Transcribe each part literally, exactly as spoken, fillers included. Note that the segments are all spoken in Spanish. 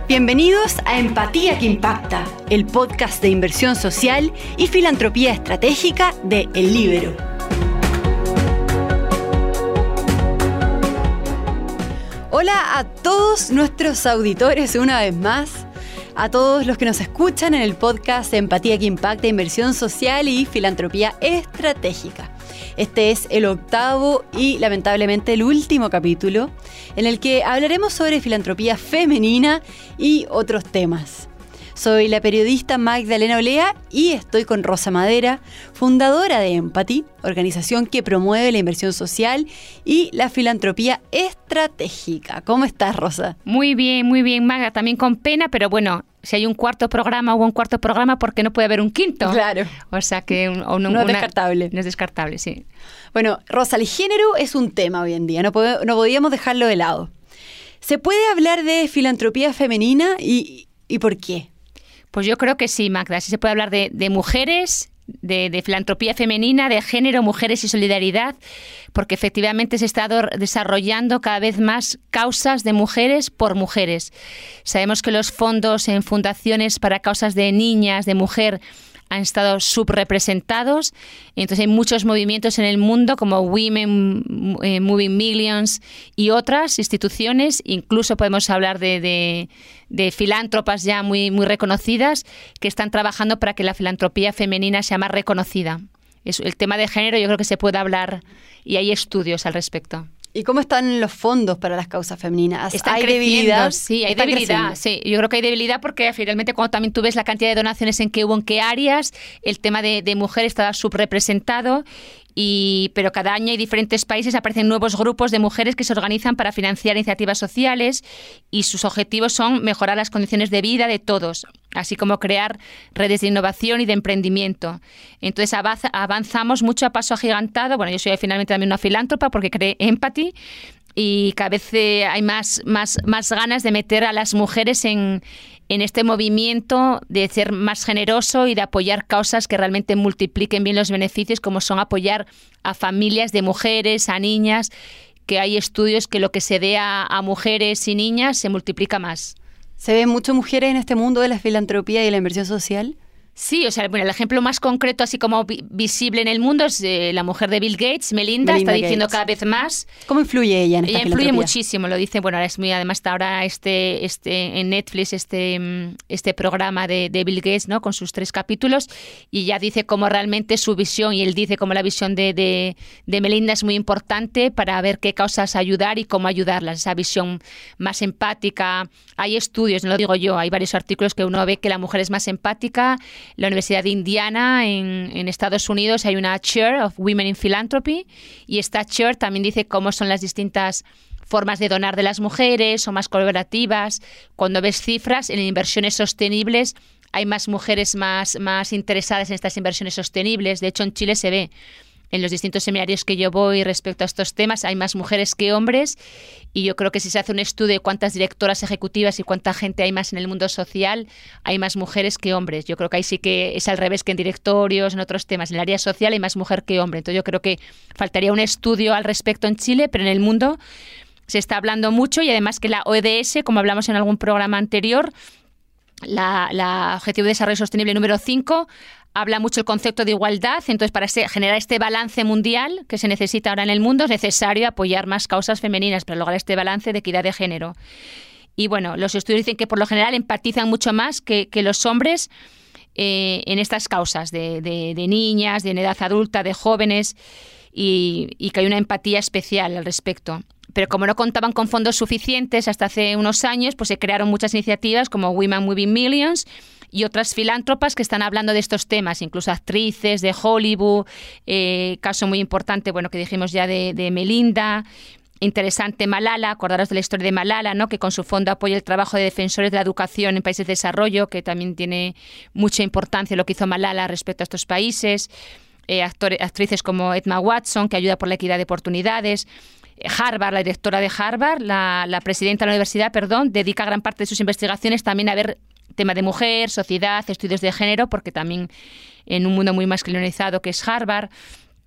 Bienvenidos a Empatía que Impacta, el podcast de inversión social y filantropía estratégica de El Líbero. Hola a todos nuestros auditores una vez más, a todos los que nos escuchan en el podcast de Empatía que Impacta, inversión social y filantropía estratégica. Este es el octavo y lamentablemente el último capítulo en el que hablaremos sobre filantropía femenina y otros temas. Soy la periodista Magdalena Olea y estoy con Rosa Madera, fundadora de Empathy, organización que promueve la inversión social y la filantropía estratégica. ¿Cómo estás, Rosa? Muy bien, muy bien, Maga. También con pena, pero bueno, si hay un cuarto programa, hubo un cuarto programa, ¿por qué no puede haber un quinto? Claro. O sea que un, un, no una, es descartable. No es descartable, sí. Bueno, Rosa, el género es un tema hoy en día, no, pod- no podíamos dejarlo de lado. ¿Se puede hablar de filantropía femenina y, y por qué? Pues yo creo que sí, Magda. Sí se puede hablar de, de mujeres, de, de filantropía femenina, de género, mujeres y solidaridad, porque efectivamente se está desarrollando cada vez más causas de mujeres por mujeres. Sabemos que los fondos en fundaciones para causas de niñas, de mujer, han estado subrepresentados. Entonces hay muchos movimientos en el mundo como Women eh, Moving Millions y otras instituciones. Incluso podemos hablar de, de, de filántropas ya muy, muy reconocidas que están trabajando para que la filantropía femenina sea más reconocida. Es, el tema de género yo creo que se puede hablar y hay estudios al respecto. ¿Y cómo están los fondos para las causas femeninas? Están ¿Hay creciendo, debilidad? sí, hay Están debilidad. creciendo. Sí, yo creo que hay debilidad porque finalmente cuando también tú ves la cantidad de donaciones en que hubo, en qué áreas, el tema de, de mujer estaba subrepresentado. Y, pero cada año hay diferentes países, aparecen nuevos grupos de mujeres que se organizan para financiar iniciativas sociales y sus objetivos son mejorar las condiciones de vida de todos, así como crear redes de innovación y de emprendimiento. Entonces avanza, avanzamos mucho a paso agigantado. Bueno, yo soy finalmente también una filántropa porque creé Empathy y cada vez eh, hay más, más, más ganas de meter a las mujeres en, en este movimiento de ser más generoso y de apoyar causas que realmente multipliquen bien los beneficios, como son apoyar a familias de mujeres, a niñas, que hay estudios que lo que se dé a, a mujeres y niñas se multiplica más. ¿Se ven muchas mujeres en este mundo de la filantropía y la inversión social? Sí, o sea, bueno, el ejemplo más concreto, así como vi- visible en el mundo, es eh, la mujer de Bill Gates, Melinda, Melinda está diciendo Gates. cada vez más. ¿Cómo influye ella en esta Ella influye filantropía? muchísimo, lo dice, bueno, ahora es muy, además está ahora este, este, en Netflix este, mm, este programa de, de Bill Gates, ¿no? Con sus tres capítulos, y ya dice cómo realmente su visión, y él dice cómo la visión de, de, de Melinda es muy importante para ver qué causas ayudar y cómo ayudarlas, esa visión más empática. Hay estudios, no lo digo yo, hay varios artículos que uno ve que la mujer es más empática. La Universidad de Indiana, en, en Estados Unidos, hay una Chair of Women in Philanthropy, y esta Chair también dice cómo son las distintas formas de donar de las mujeres, son más colaborativas. Cuando ves cifras en inversiones sostenibles, hay más mujeres más, más interesadas en estas inversiones sostenibles. De hecho, en Chile se ve. En los distintos seminarios que yo voy respecto a estos temas hay más mujeres que hombres, y yo creo que si se hace un estudio de cuántas directoras ejecutivas y cuánta gente hay más en el mundo social, hay más mujeres que hombres. Yo creo que ahí sí que es al revés que en directorios, en otros temas. En el área social hay más mujer que hombre. Entonces yo creo que faltaría un estudio al respecto en Chile, pero en el mundo se está hablando mucho, y además que la O E D S, como hablamos en algún programa anterior, la, la Objetivo de Desarrollo Sostenible número cinco, habla mucho el concepto de igualdad. Entonces, para ese, generar este balance mundial que se necesita ahora en el mundo, es necesario apoyar más causas femeninas para lograr este balance de equidad de género. Y bueno, los estudios dicen que por lo general empatizan mucho más que, que los hombres eh, en estas causas de, de, de niñas, de en edad adulta, de jóvenes, y, y que hay una empatía especial al respecto. Pero como no contaban con fondos suficientes hasta hace unos años, pues se crearon muchas iniciativas como Women Moving Millions y otras filántropas que están hablando de estos temas, incluso actrices de Hollywood, eh, caso muy importante, bueno, que dijimos ya de, de Melinda. Interesante Malala, acordaros de la historia de Malala, ¿no? Que con su fondo apoya el trabajo de defensores de la educación en países de desarrollo, que también tiene mucha importancia lo que hizo Malala respecto a estos países. Eh, actores, actrices como Emma Watson, que ayuda por la equidad de oportunidades. Harvard, la directora de Harvard, la, la presidenta de la universidad, perdón, dedica gran parte de sus investigaciones también a ver tema de mujer, sociedad, estudios de género, porque también en un mundo muy masculinizado que es Harvard.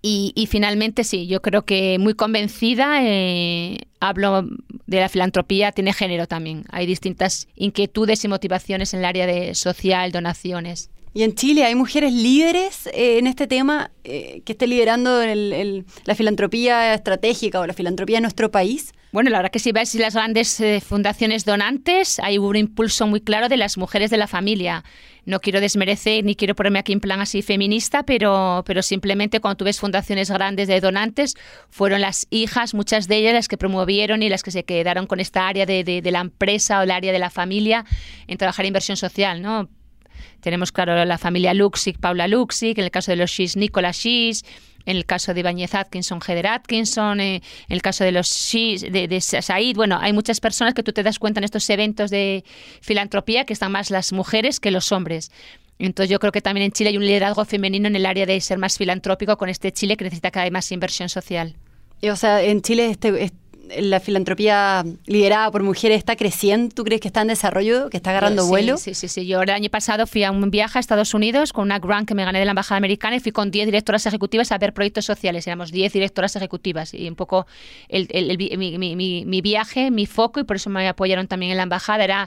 Y, y finalmente sí, yo creo que muy convencida, eh, hablo de la filantropía, tiene género también. Hay distintas inquietudes y motivaciones en el área de social, donaciones. ¿Y en Chile hay mujeres líderes eh, en este tema eh, que esté liderando el, el, la filantropía estratégica o la filantropía de nuestro país? Bueno, la verdad que si ves las grandes eh, fundaciones donantes, hay un impulso muy claro de las mujeres de la familia. No quiero desmerecer ni quiero ponerme aquí en plan así feminista, pero, pero simplemente cuando tú ves fundaciones grandes de donantes, fueron las hijas, muchas de ellas, las que promovieron y las que se quedaron con esta área de, de, de la empresa o el área de la familia en trabajar en inversión social, ¿no? Tenemos, claro, la familia Luksic, Paula Luksic, en el caso de los Schiss, Nicola Schiss, en el caso de Ibáñez Atkinson, Heather Atkinson, eh, en el caso de los Schiss, de, de Said. Bueno, hay muchas personas que tú te das cuenta en estos eventos de filantropía que están más las mujeres que los hombres. Entonces yo creo que también en Chile hay un liderazgo femenino en el área de ser más filantrópico con este Chile que necesita cada vez más inversión social. Y, o sea, en Chile este, este, la filantropía liderada por mujeres está creciendo. ¿Tú crees que está en desarrollo, que está agarrando sí, vuelo? Sí, sí, sí. Yo el año pasado fui a un viaje a Estados Unidos con una grant que me gané de la Embajada Americana y fui con diez directoras ejecutivas a ver proyectos sociales. Éramos diez directoras ejecutivas y un poco el, el, el, mi, mi, mi, mi viaje, mi foco, y por eso me apoyaron también en la Embajada, era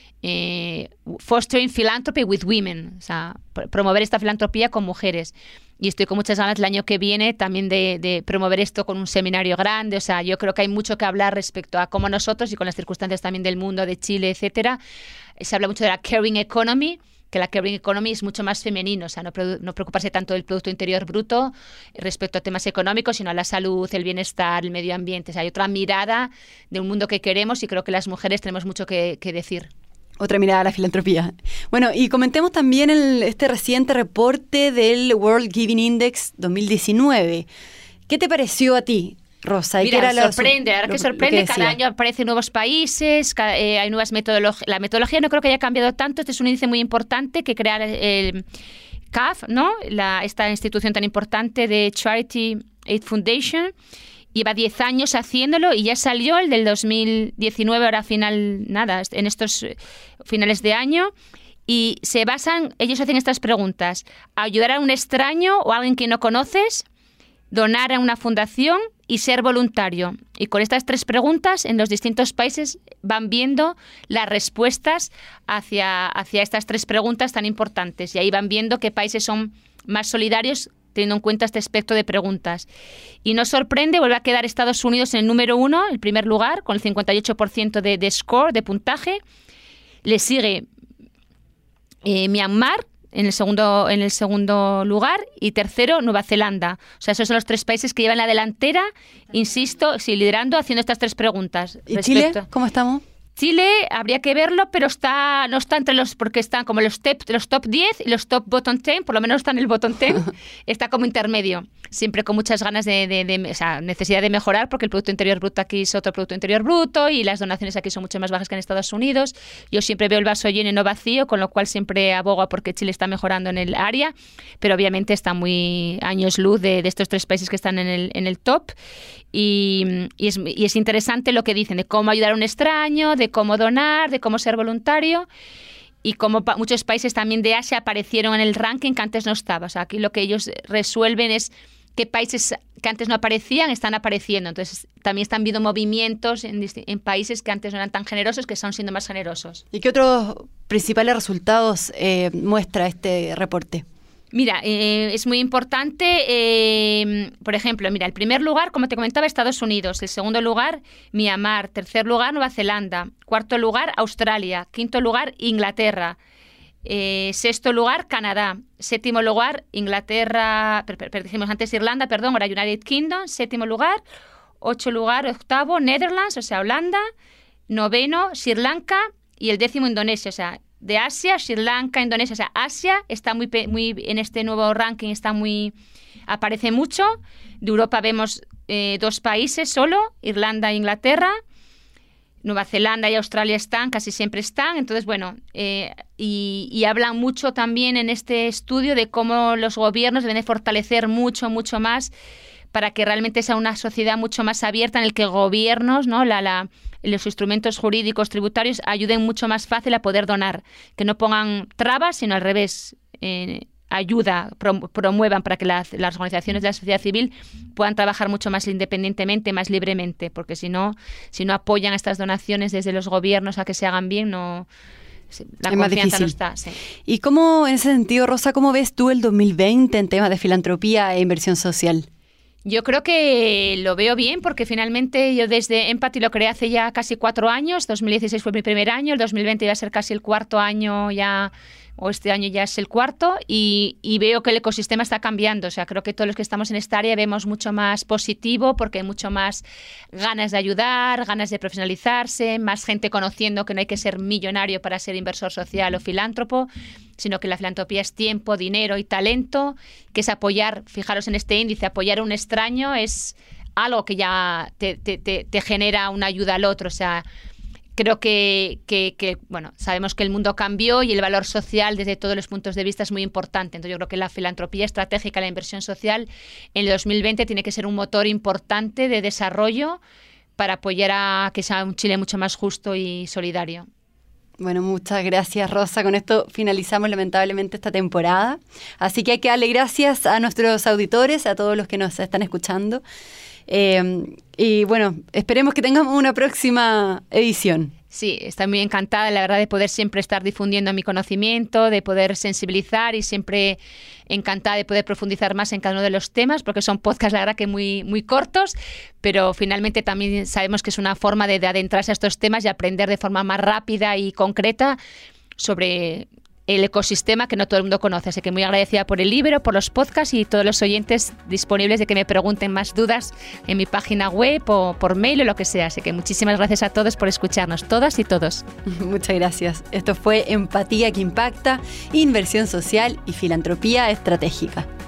eh, fostering philanthropy with women, o sea, promover esta filantropía con mujeres. Y estoy con muchas ganas el año que viene también de, de promover esto con un seminario grande. O sea, yo creo que hay mucho que hablar respecto a cómo nosotros y con las circunstancias también del mundo, de Chile, etcétera. Se habla mucho de la caring economy, que la caring economy es mucho más femenino, o sea, no, no preocuparse tanto del Producto Interior Bruto respecto a temas económicos, sino a la salud, el bienestar, el medio ambiente. O sea, hay otra mirada de un mundo que queremos y creo que las mujeres tenemos mucho que, que decir. Otra mirada a la filantropía. Bueno, y comentemos también el, este reciente reporte del World Giving Index dos mil diecinueve. ¿Qué te pareció a ti, Rosa? Mira, ¿Qué era sorprende, lo, la verdad lo, que sorprende, que cada año aparecen nuevos países, cada, eh, hay nuevas metodologías. La metodología no creo que haya cambiado tanto, este es un índice muy importante que crea el C A F, ¿no? La, esta institución tan importante de Charity Aid Foundation. Lleva diez años haciéndolo y ya salió el del dos mil diecinueve, ahora final, nada, en estos finales de año. Y se basan, ellos hacen estas preguntas: ayudar a un extraño o a alguien que no conoces, donar a una fundación y ser voluntario. Y con estas tres preguntas, en los distintos países van viendo las respuestas hacia, hacia estas tres preguntas tan importantes. Y ahí van viendo qué países son más solidarios teniendo en cuenta este aspecto de preguntas. Y nos sorprende, vuelve a quedar Estados Unidos en el número uno, el primer lugar, con el cincuenta y ocho por ciento de, de score, de puntaje. Le sigue eh, Myanmar en el segundo en el segundo lugar y tercero Nueva Zelanda. O sea, esos son los tres países que llevan la delantera, insisto, sí, liderando, haciendo estas tres preguntas. ¿Y respecto. Chile? ¿Cómo estamos? Chile habría que verlo, pero está no está entre los, porque están como los, tep, los top diez y los top bottom diez, por lo menos está en el bottom diez, está como intermedio, siempre con muchas ganas de, de, de, o sea, necesidad de mejorar, porque el Producto Interior Bruto aquí es otro Producto Interior Bruto y las donaciones aquí son mucho más bajas que en Estados Unidos. Yo siempre veo el vaso lleno y no vacío, con lo cual siempre abogo porque Chile está mejorando en el área, pero obviamente está muy años luz de, de estos tres países que están en el, en el top. Y, y, es, y es interesante lo que dicen de cómo ayudar a un extraño, de cómo donar, de cómo ser voluntario, y cómo pa- muchos países también de Asia aparecieron en el ranking que antes no estaba. O sea, aquí lo que ellos resuelven es qué países que antes no aparecían están apareciendo. Entonces también están viendo movimientos en, en países que antes no eran tan generosos, que están siendo más generosos. ¿Y qué otros principales resultados eh, muestra este reporte? Mira, eh, es muy importante, eh, por ejemplo, mira, el primer lugar, como te comentaba, Estados Unidos, el segundo lugar, Myanmar, tercer lugar, Nueva Zelanda, cuarto lugar, Australia, quinto lugar, Inglaterra, eh, sexto lugar, Canadá, séptimo lugar, Inglaterra, per, per, per, dijimos antes Irlanda, perdón, ahora United Kingdom, séptimo lugar, ocho lugar, octavo, Netherlands, o sea, Holanda, noveno, Sri Lanka y el décimo, Indonesia, o sea, de Asia, Sri Lanka, Indonesia, o sea, Asia está muy, muy en este nuevo ranking, está muy, aparece mucho. De Europa vemos eh, dos países solo, Irlanda e Inglaterra. Nueva Zelanda y Australia están, casi siempre están. Entonces, bueno, eh, y, y hablan mucho también en este estudio de cómo los gobiernos deben de fortalecer mucho, mucho más para que realmente sea una sociedad mucho más abierta en el que gobiernos, ¿no? la, la, los instrumentos jurídicos tributarios ayuden mucho más fácil a poder donar, que no pongan trabas, sino al revés, eh, ayuda, promuevan para que la, las organizaciones de la sociedad civil puedan trabajar mucho más independientemente, más libremente, porque si no, si no apoyan estas donaciones desde los gobiernos a que se hagan bien, no... La es confianza más no está. Sí. ¿Y cómo, en ese sentido, Rosa, cómo ves tú el dos mil veinte en temas de filantropía e inversión social? Yo creo que lo veo bien porque finalmente yo desde Empathy lo creé hace ya casi cuatro años, dos mil dieciséis fue mi primer año, el dos mil veinte iba a ser casi el cuarto año ya, o este año ya es el cuarto, y, y veo que el ecosistema está cambiando. O sea, creo que todos los que estamos en esta área vemos mucho más positivo porque hay mucho más ganas de ayudar, ganas de profesionalizarse, más gente conociendo que no hay que ser millonario para ser inversor social o filántropo, sino que la filantropía es tiempo, dinero y talento, que es apoyar, fijaros en este índice, apoyar a un extraño es algo que ya te, te, te, te genera una ayuda al otro. O sea, creo que, que, que, bueno, sabemos que el mundo cambió y el valor social desde todos los puntos de vista es muy importante. Entonces yo creo que la filantropía estratégica, la inversión social en el dos mil veinte tiene que ser un motor importante de desarrollo para apoyar a que sea un Chile mucho más justo y solidario. Bueno, muchas gracias, Rosa. Con esto finalizamos lamentablemente esta temporada. Así que hay que darle gracias a nuestros auditores, a todos los que nos están escuchando. Eh, y bueno, esperemos que tengamos una próxima edición. Sí, estoy muy encantada, la verdad, de poder siempre estar difundiendo mi conocimiento, de poder sensibilizar y siempre encantada de poder profundizar más en cada uno de los temas, porque son podcasts, la verdad, que muy, muy cortos, pero finalmente también sabemos que es una forma de, de adentrarse a estos temas y aprender de forma más rápida y concreta sobre el ecosistema que no todo el mundo conoce. Así que muy agradecida por el libro, por los podcasts y todos los oyentes disponibles de que me pregunten más dudas en mi página web o por mail o lo que sea. Así que muchísimas gracias a todos por escucharnos, todas y todos. Muchas gracias. Esto fue Empatía que Impacta, Inversión Social y Filantropía Estratégica.